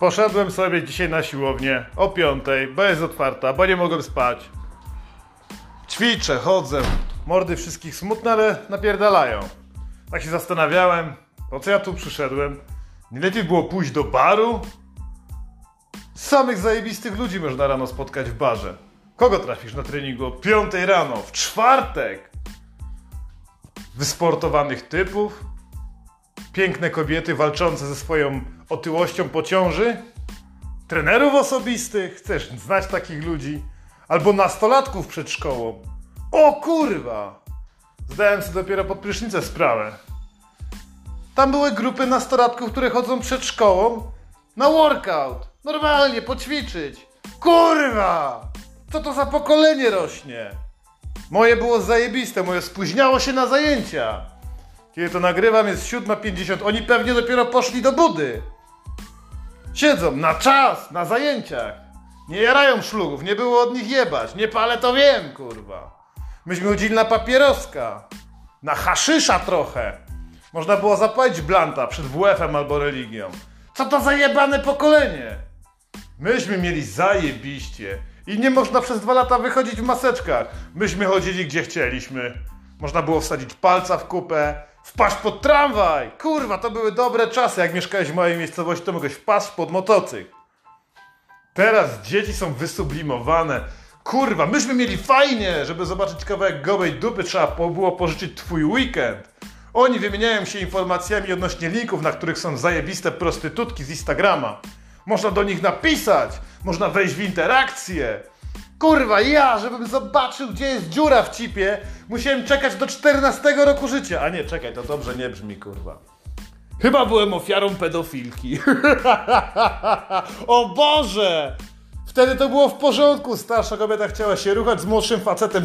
Poszedłem sobie dzisiaj na siłownię o 5, bo jest otwarta, bo nie mogłem spać. Ćwiczę, chodzę, mordy wszystkich smutne, ale napierdalają. Tak się zastanawiałem, po co ja tu przyszedłem? Nie lepiej było pójść do baru? Samych zajebistych ludzi można rano spotkać w barze. Kogo trafisz na treningu o 5 rano, w czwartek? Wysportowanych typów? Piękne kobiety walczące ze swoją otyłością po ciąży? Trenerów osobistych? Chcesz znać takich ludzi? Albo nastolatków przed szkołą? O kurwa! Zdałem sobie dopiero pod prysznicę sprawę. Tam były grupy nastolatków, które chodzą przed szkołą na workout. Normalnie, poćwiczyć. Kurwa! Co to za pokolenie rośnie? Moje było zajebiste, moje spóźniało się na zajęcia. Kiedy to nagrywam, jest 7:50. Oni pewnie dopiero poszli do budy. Siedzą na czas, na zajęciach. Nie jarają szlugów, nie było od nich jebać. Nie palę, to wiem, kurwa. Myśmy chodzili na papieroska. Na haszysza trochę. Można było zapalić blanta przed WF-em albo religią. Co to za jebane pokolenie? Myśmy mieli zajebiście. I nie można przez 2 lata wychodzić w maseczkach. Myśmy chodzili gdzie chcieliśmy. Można było wsadzić palca w kupę, wpaść pod tramwaj. Kurwa, to były dobre czasy. Jak mieszkałeś w mojej miejscowości, to mogłeś wpaść pod motocykl. Teraz dzieci są wysublimowane. Kurwa, myśmy mieli fajnie. Żeby zobaczyć kawałek gołej dupy, trzeba było pożyczyć twój weekend. Oni wymieniają się informacjami odnośnie linków, na których są zajebiste prostytutki z Instagrama. Można do nich napisać, można wejść w interakcję. Kurwa, ja, żebym zobaczył, gdzie jest dziura w cipie, musiałem czekać do 14 roku życia. A nie, czekaj, to dobrze nie brzmi, kurwa. Chyba byłem ofiarą pedofilki. O Boże! Wtedy to było w porządku. Starsza kobieta chciała się ruchać z młodszym facetem.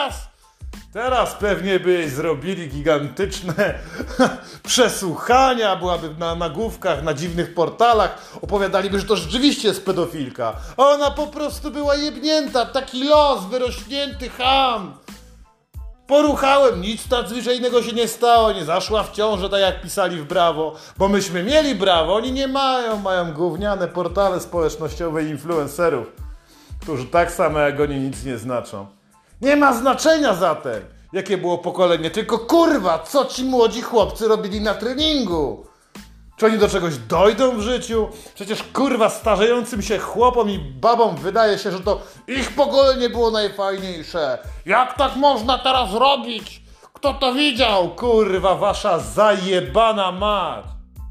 Teraz pewnie by zrobili gigantyczne przesłuchania, byłaby na nagłówkach, na dziwnych portalach, opowiadaliby, że to rzeczywiście jest pedofilka. A ona po prostu była jebnięta, taki los, wyrośnięty cham. Poruchałem, nic nadzwyczajnego się nie stało, nie zaszła w ciążę, tak jak pisali w Brawo, bo myśmy mieli Brawo, oni nie mają gówniane portale społecznościowe i influencerów, którzy tak samo jak oni nic nie znaczą. Nie ma znaczenia zatem, jakie było pokolenie, tylko kurwa, co ci młodzi chłopcy robili na treningu? Czy oni do czegoś dojdą w życiu? Przecież kurwa starzejącym się chłopom i babom wydaje się, że to ich pokolenie było najfajniejsze. Jak tak można teraz robić? Kto to widział? Kurwa, wasza zajebana mać.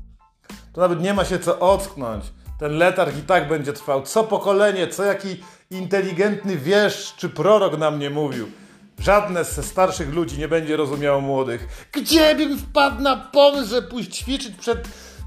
To nawet nie ma się co ocknąć. Ten letarg i tak będzie trwał. Co pokolenie, co jaki inteligentny wieszcz czy prorok nam nie mówił. Żadne ze starszych ludzi nie będzie rozumiało młodych. Gdzie bym wpadł na pomysł, żeby pójść ćwiczyć przed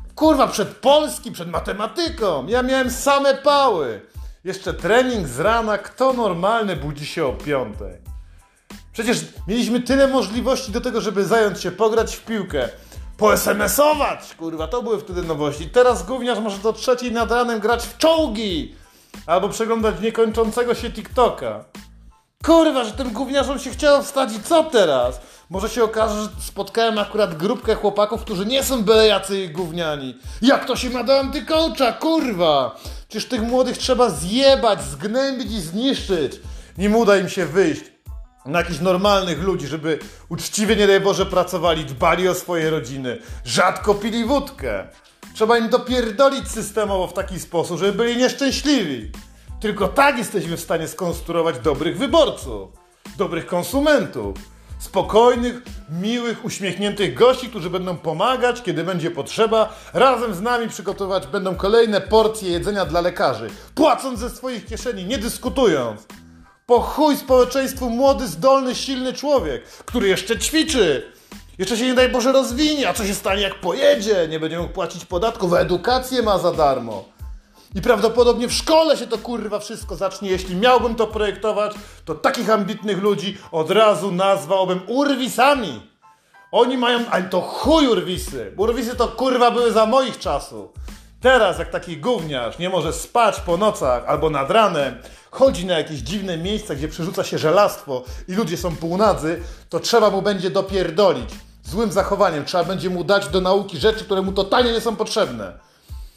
Polski, przed matematyką? Ja miałem same pały. Jeszcze trening z rana. Kto normalny budzi się o 5? Przecież mieliśmy tyle możliwości do tego, żeby zająć się, pograć w piłkę. Po-SMS-ować, kurwa, to były wtedy nowości. Teraz gówniarz może do 3 nad ranem grać w czołgi. Albo przeglądać niekończącego się TikToka. Kurwa, że tym gówniarzom się chciało wstać i co teraz? Może się okaże, że spotkałem akurat grupkę chłopaków, którzy nie są byle jacy gówniani. Jak to się ma do antycoacha, kurwa? Przecież tych młodych trzeba zjebać, zgnębić i zniszczyć. Nim uda im się wyjść na jakichś normalnych ludzi, żeby uczciwie, nie daj Boże, pracowali, dbali o swoje rodziny, rzadko pili wódkę. Trzeba im dopierdolić systemowo w taki sposób, żeby byli nieszczęśliwi. Tylko tak jesteśmy w stanie skonstruować dobrych wyborców, dobrych konsumentów, spokojnych, miłych, uśmiechniętych gości, którzy będą pomagać, kiedy będzie potrzeba, razem z nami przygotować będą kolejne porcje jedzenia dla lekarzy, płacąc ze swoich kieszeni, nie dyskutując. Po chuj społeczeństwu młody, zdolny, silny człowiek, który jeszcze ćwiczy, jeszcze się nie daj Boże rozwinie, a co się stanie jak pojedzie, nie będzie mógł płacić podatków, a edukację ma za darmo. I prawdopodobnie w szkole się to kurwa wszystko zacznie. Jeśli miałbym to projektować, to takich ambitnych ludzi od razu nazwałbym urwisami. Oni mają, ale to chuj urwisy. Urwisy to kurwa były za moich czasów. Teraz jak taki gówniarz nie może spać po nocach albo nad ranem, chodzi na jakieś dziwne miejsca, gdzie przerzuca się żelastwo i ludzie są półnadzy, to trzeba mu będzie dopierdolić. Złym zachowaniem trzeba będzie mu dać do nauki rzeczy, które mu totalnie nie są potrzebne.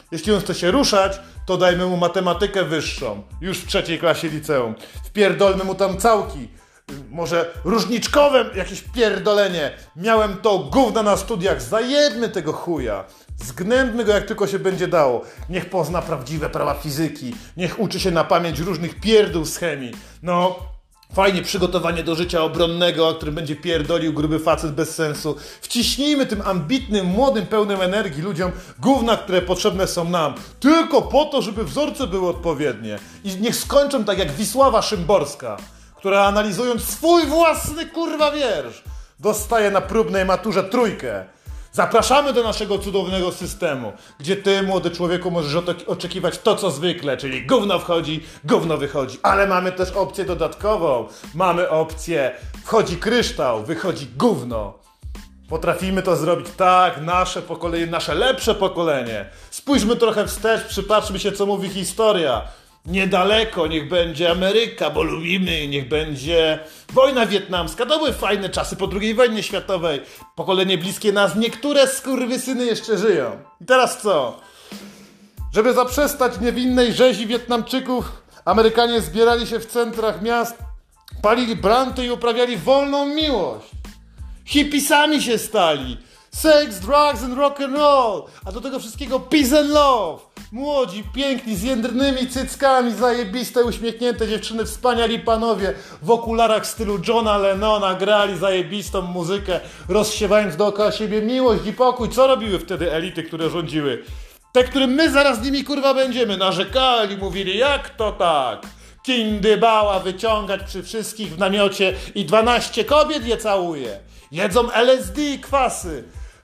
Jeśli on chce się ruszać, to dajmy mu matematykę wyższą, już w 3. klasie liceum. Wpierdolmy mu tam całki. Może różniczkowe jakieś pierdolenie. Miałem to gówno na studiach, zajebmy tego chuja. Zgnębmy go jak tylko się będzie dało. Niech pozna prawdziwe prawa fizyki. Niech uczy się na pamięć różnych pierdół z chemii. No, fajnie przygotowanie do życia obronnego, o którym będzie pierdolił gruby facet bez sensu. Wciśnijmy tym ambitnym, młodym, pełnym energii ludziom gówna, które potrzebne są nam. Tylko po to, żeby wzorce były odpowiednie. I niech skończą tak jak Wisława Szymborska, która analizując swój własny kurwa wiersz dostaje na próbnej maturze 3. Zapraszamy do naszego cudownego systemu, gdzie ty, młody człowieku, możesz oczekiwać to, co zwykle, czyli gówno wchodzi, gówno wychodzi. Ale mamy też opcję dodatkową. Mamy opcję wchodzi kryształ, wychodzi gówno. Potrafimy to zrobić tak, nasze pokolenie, nasze lepsze pokolenie. Spójrzmy trochę wstecz, przypatrzmy się, co mówi historia. Niedaleko, niech będzie Ameryka, bo lubimy, niech będzie wojna wietnamska. To były fajne czasy po II wojnie światowej. Pokolenie bliskie nas, niektóre skurwysyny jeszcze żyją. I teraz co? Żeby zaprzestać niewinnej rzezi Wietnamczyków, Amerykanie zbierali się w centrach miast, palili branty i uprawiali wolną miłość. Hippisami się stali. Sex, drugs and rock and roll. A do tego wszystkiego peace and love. Młodzi, piękni, z jędrnymi cyckami, zajebiste, uśmiechnięte dziewczyny, wspaniali panowie w okularach w stylu Johna Lennona grali zajebistą muzykę, rozsiewając dookoła siebie miłość i pokój. Co robiły wtedy elity, które rządziły? Te, którym my zaraz z nimi kurwa będziemy. Narzekali, mówili, jak to tak? Kindybała wyciągać przy wszystkich w namiocie i 12 kobiet je całuje. Jedzą LSD i kwasy.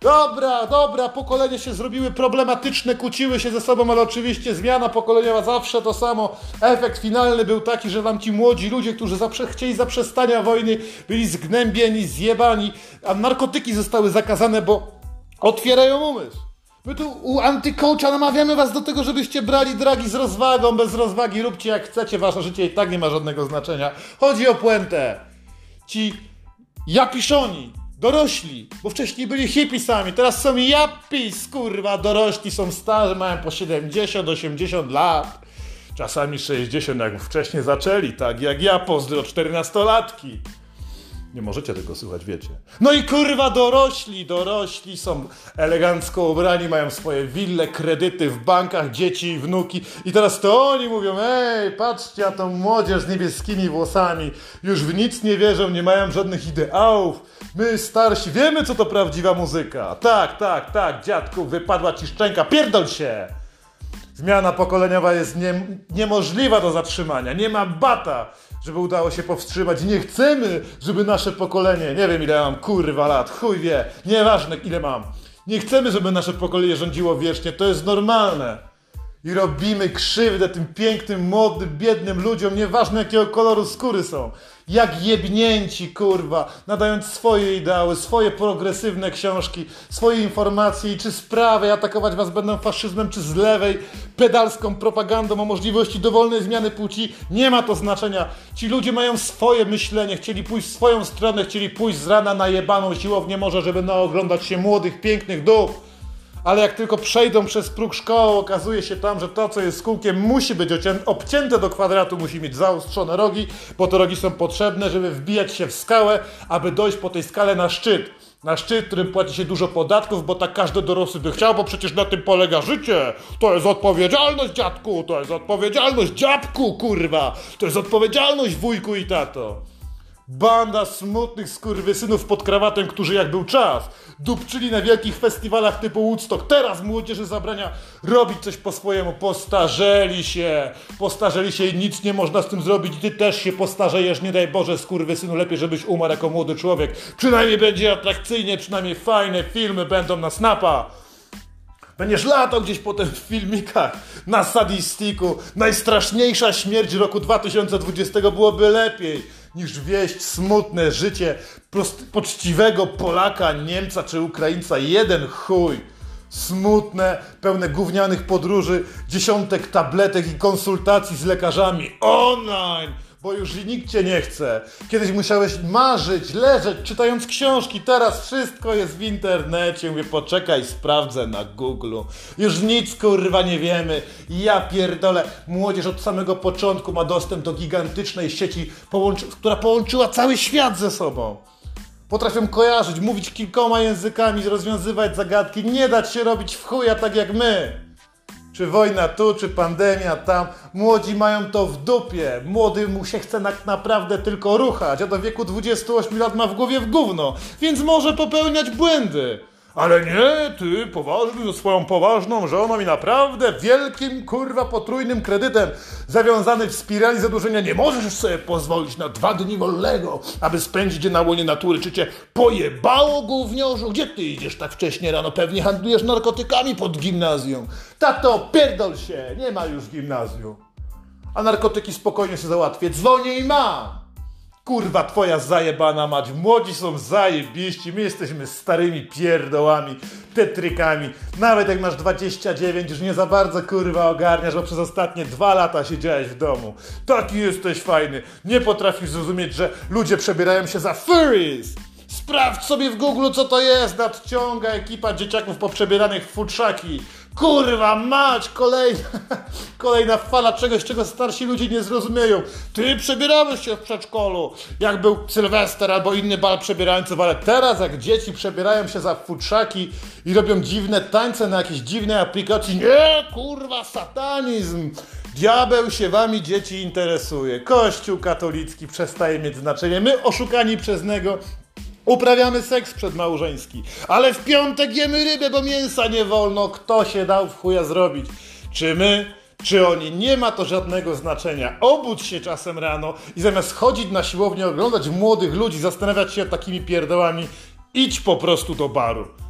Dobra, pokolenia się zrobiły problematyczne, kłóciły się ze sobą, ale oczywiście zmiana pokoleniowa zawsze to samo. Efekt finalny był taki, że wam ci młodzi ludzie, którzy chcieli zaprzestania wojny, byli zgnębieni, zjebani, a narkotyki zostały zakazane, bo otwierają umysł. My tu u antycoacha namawiamy was do tego, żebyście brali dragi z rozwagą, bez rozwagi, róbcie jak chcecie, wasze życie i tak nie ma żadnego znaczenia. Chodzi o puentę. Ci japiszoni, dorośli, bo wcześniej byli hippisami, teraz są jappis, kurwa, dorośli, są starzy, mają po 70, 80 lat, czasami 60, jak wcześniej zaczęli, tak jak ja, pozdro 14-latki. Nie możecie tego słuchać, wiecie. No i kurwa dorośli są elegancko ubrani, mają swoje wille, kredyty w bankach, dzieci i wnuki. I teraz to oni mówią, ej, patrzcie na tą młodzież z niebieskimi włosami. Już w nic nie wierzą, nie mają żadnych ideałów. My starsi wiemy, co to prawdziwa muzyka. Tak, dziadku, wypadła ci szczęka, pierdol się! Zmiana pokoleniowa jest niemożliwa do zatrzymania. Nie ma bata, żeby udało się powstrzymać. Nie chcemy, żeby nasze pokolenie, nie wiem ile mam kurwa lat, chuj wie, nieważne ile mam. Nie chcemy, żeby nasze pokolenie rządziło wiecznie, to jest normalne. I robimy krzywdę tym pięknym, młodym, biednym ludziom, nieważne jakiego koloru skóry są. Jak jebnięci, kurwa, nadając swoje ideały, swoje progresywne książki, swoje informacje i czy z prawej atakować was będą faszyzmem, czy z lewej pedalską propagandą o możliwości dowolnej zmiany płci, nie ma to znaczenia. Ci ludzie mają swoje myślenie, chcieli pójść w swoją stronę, chcieli pójść z rana na jebaną siłownię może, żeby naoglądać się młodych, pięknych dup. Ale jak tylko przejdą przez próg szkoły, okazuje się tam, że to, co jest kółkiem, musi być obcięte do kwadratu, musi mieć zaostrzone rogi, bo te rogi są potrzebne, żeby wbijać się w skałę, aby dojść po tej skale na szczyt. Na szczyt, którym płaci się dużo podatków, bo tak każdy dorosły by chciał, bo przecież na tym polega życie. To jest odpowiedzialność, dziadku, to jest odpowiedzialność, dziabku, kurwa. To jest odpowiedzialność, wujku i tato. Banda smutnych skurwysynów pod krawatem, którzy jak był czas, dupczyli na wielkich festiwalach typu Woodstock. Teraz młodzieży zabrania robić coś po swojemu. Postarzeli się i nic nie można z tym zrobić. Ty też się postarzejesz, nie daj Boże, skurwysynu, lepiej żebyś umarł jako młody człowiek. Przynajmniej będzie atrakcyjnie, przynajmniej fajne filmy będą na Snapa. Będziesz latał gdzieś potem w filmikach na sadistiku. Najstraszniejsza śmierć roku 2020 byłoby lepiej niż wieść smutne życie poczciwego Polaka, Niemca czy Ukraińca. Jeden chuj. Smutne, pełne gównianych podróży, dziesiątek tabletek i konsultacji z lekarzami online. bo już nikt cię nie chce. Kiedyś musiałeś marzyć, leżeć, czytając książki, teraz wszystko jest w internecie. Mówię, poczekaj, sprawdzę na Google. Już nic kurwa nie wiemy. Ja pierdolę, młodzież od samego początku ma dostęp do gigantycznej sieci, która połączyła cały świat ze sobą. Potrafią kojarzyć, mówić kilkoma językami, rozwiązywać zagadki, nie dać się robić w chuja tak jak my. Czy wojna tu, czy pandemia tam, młodzi mają to w dupie. Młody mu się chce naprawdę tylko ruchać, a do wieku 28 lat ma w głowie w gówno, więc może popełniać błędy. Ale nie, ty poważny, ze swoją poważną żoną i naprawdę wielkim, kurwa, potrójnym kredytem zawiązany w spirali zadłużenia nie możesz sobie pozwolić na 2 dni wolnego, aby spędzić je na łonie natury. Czy cię pojebało, gówniorzu? Gdzie ty idziesz tak wcześnie rano? Pewnie handlujesz narkotykami pod gimnazjum. Tato, pierdol się, nie ma już gimnazjum. A narkotyki spokojnie się załatwię, dzwonię i mam. Kurwa, twoja zajebana mać, młodzi są zajebiści, my jesteśmy starymi pierdołami, tetrykami. Nawet jak masz 29, już nie za bardzo kurwa ogarniasz, bo przez ostatnie 2 lata siedziałeś w domu. Taki jesteś fajny, nie potrafisz zrozumieć, że ludzie przebierają się za furries. Sprawdź sobie w Google, co to jest, nadciąga ekipa dzieciaków poprzebieranych w futrzaki. Kurwa mać, kolejna fala czegoś, czego starsi ludzie nie zrozumieją. Ty przebierałeś się w przedszkolu, jak był Sylwester albo inny bal przebierający, ale teraz jak dzieci przebierają się za futrzaki i robią dziwne tańce na jakiejś dziwnej aplikacji, nie, kurwa, satanizm. Diabeł się wami, dzieci, interesuje. Kościół katolicki przestaje mieć znaczenie. My, oszukani przez niego, uprawiamy seks przedmałżeński, ale w piątek jemy rybę, bo mięsa nie wolno. Kto się dał w chuja zrobić? Czy my, czy oni? Nie ma to żadnego znaczenia. Obudź się czasem rano i zamiast chodzić na siłownię, oglądać młodych ludzi, zastanawiać się takimi pierdołami, idź po prostu do baru.